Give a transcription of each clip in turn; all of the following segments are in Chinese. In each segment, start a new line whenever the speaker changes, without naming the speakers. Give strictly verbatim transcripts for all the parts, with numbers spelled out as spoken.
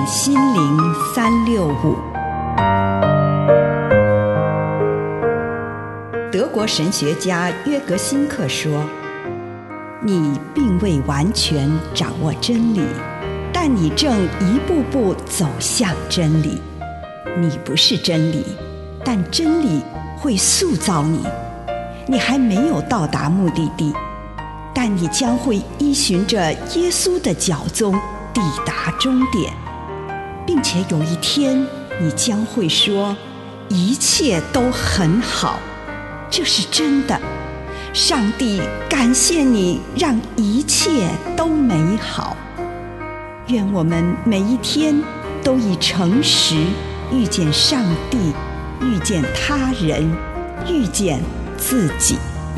心灵三六五。德国神学家约格辛克说，你并未完全掌握真理，但你正一步步走向真理。你不是真理，但真理会塑造你。你还没有到达目的地，但你将会依循着耶稣的脚踪抵达终点，并且有一天你将会说，一切都很好。这是真的。上帝感谢你，让一切都美好。愿我们每一天都以诚实遇见上帝，遇见他人，遇见自己。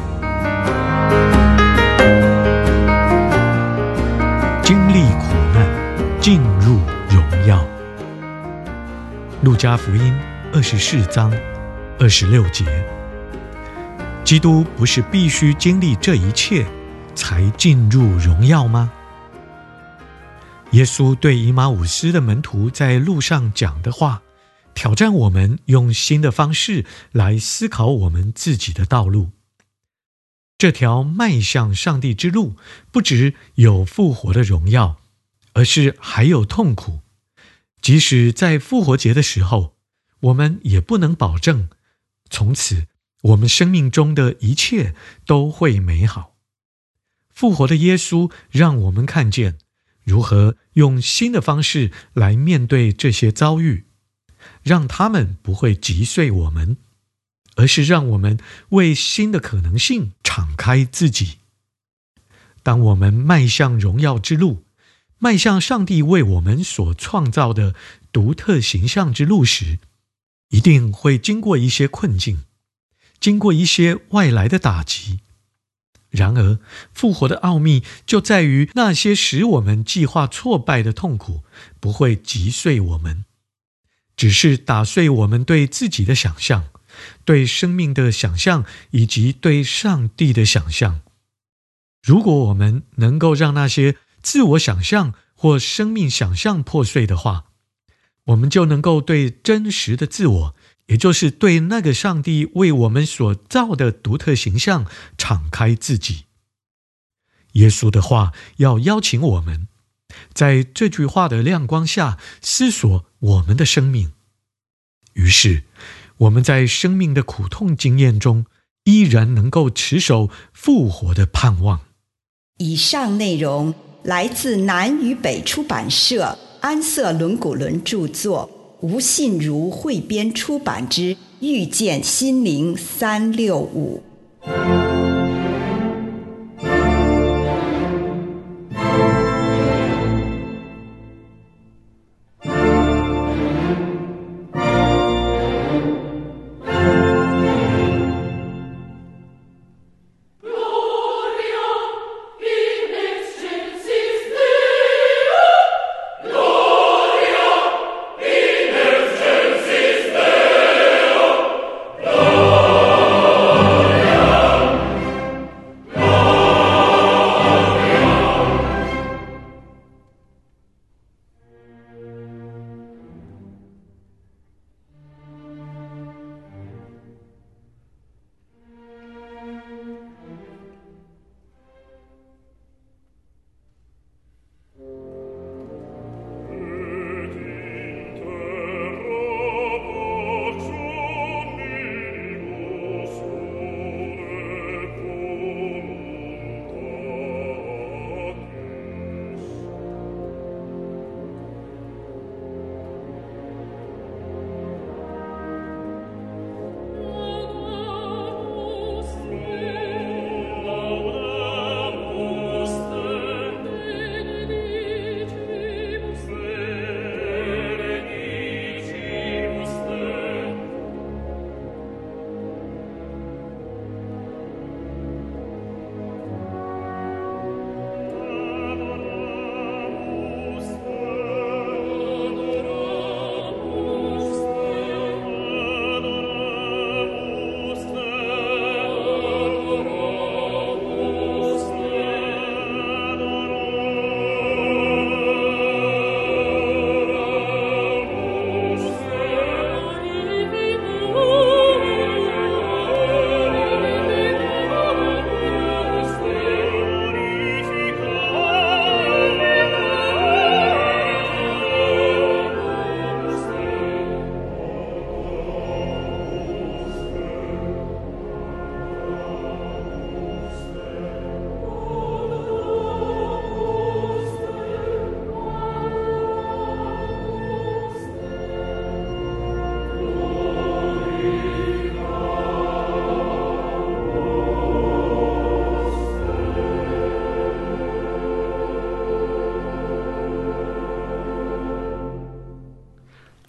经历苦难，进入荣耀。路加福音二十四章二十六节。基督不是必须经历这一切才进入荣耀吗？耶稣对以马忤斯的门徒在路上讲的话，挑战我们用新的方式来思考我们自己的道路。这条迈向上帝之路，不只有复活的荣耀，而是还有痛苦。即使在复活节的时候，我们也不能保证从此我们生命中的一切都会美好。复活的耶稣让我们看见如何用新的方式来面对这些遭遇，让他们不会击碎我们，而是让我们为新的可能性敞开自己。当我们迈向荣耀之路，迈向上帝为我们所创造的独特形象之路时，一定会经过一些困境，经过一些外来的打击。然而，复活的奥秘就在于那些使我们计划挫败的痛苦不会击碎我们，只是打碎我们对自己的想象，对生命的想象，以及对上帝的想象。如果我们能够让那些自我想象或生命想象破碎的话，我们就能够对真实的自我，也就是对那个上帝为我们所造的独特形象敞开自己。耶稣的话要邀请我们，在这句话的亮光下思索我们的生命。于是，我们在生命的苦痛经验中，依然能够持守复活的盼望。
以上内容来自南与北出版社安瑟伦古伦著作，吴信如汇编出版之《遇见心灵三六五》。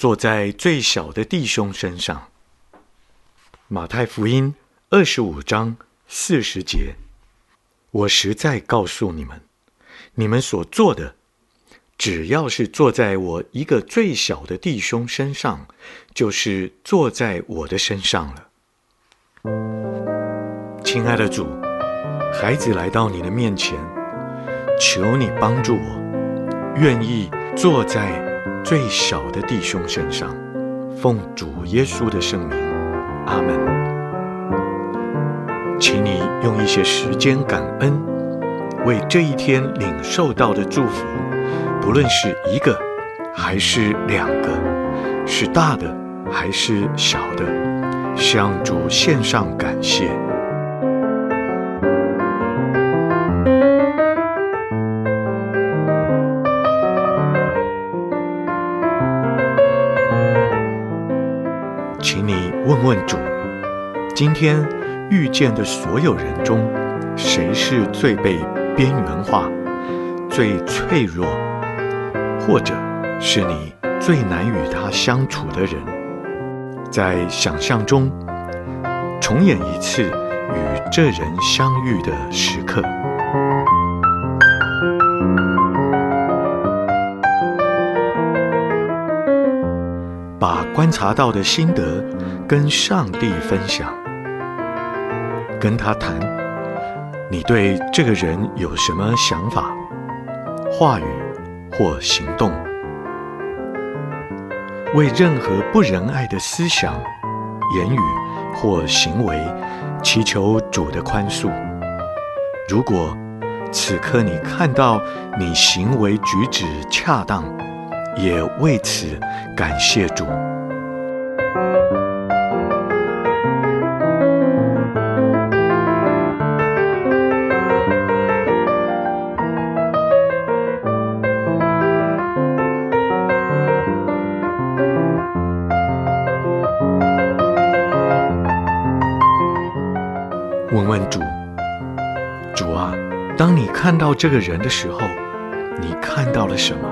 坐在最小的弟兄身上。马太福音二十五章四十节，我实在告诉你们，你们所做的，只要是坐在我一个最小的弟兄身上，就是坐在我的身上了。亲爱的主，孩子来到你的面前，求你帮助我，愿意坐在最小的弟兄身上，奉主耶稣的圣名，阿们。请你用一些时间感恩，为这一天领受到的祝福，不论是一个还是两个，是大的还是小的，向主献上感谢。请你问问主，今天遇见的所有人中，谁是最被边缘化、最脆弱，或者是你最难与他相处的人？在想象中重演一次与这人相遇的时刻。把观察到的心得跟上帝分享，跟他谈你对这个人有什么想法、话语或行动。为任何不仁爱的思想、言语或行为祈求主的宽恕。如果此刻你看到你行为举止恰当，也为此感谢主。问问主，主啊，当你看到这个人的时候，你看到了什么？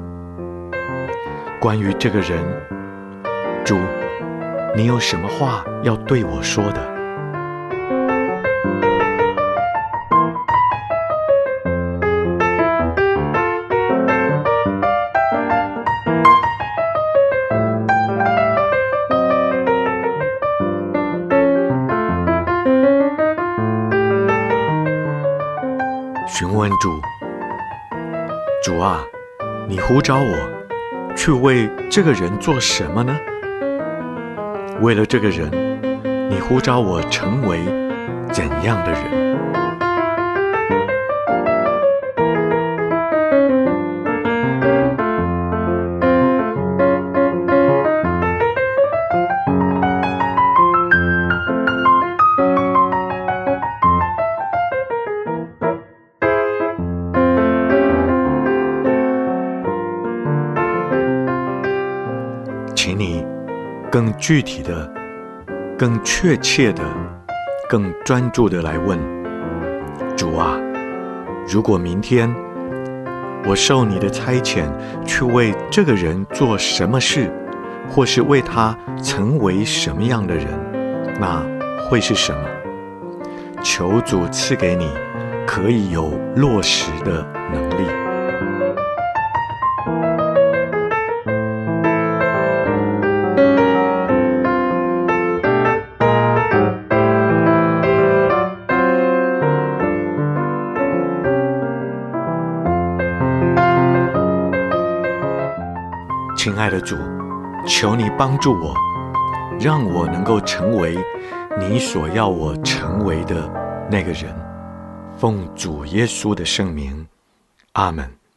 关于这个人，主，你有什么话要对我说的？询问主，主啊，你呼召我去为这个人做什么呢？为了这个人，你呼召我成为怎样的人？请你更具体的、更确切的、更专注的来问：主啊，如果明天我受你的差遣去为这个人做什么事，或是为他成为什么样的人，那会是什么？求主赐给你可以有落实的能力。亲爱的主，求你帮助我，让我能够成为你所要我成为的那个人。奉主耶稣的圣名，阿们。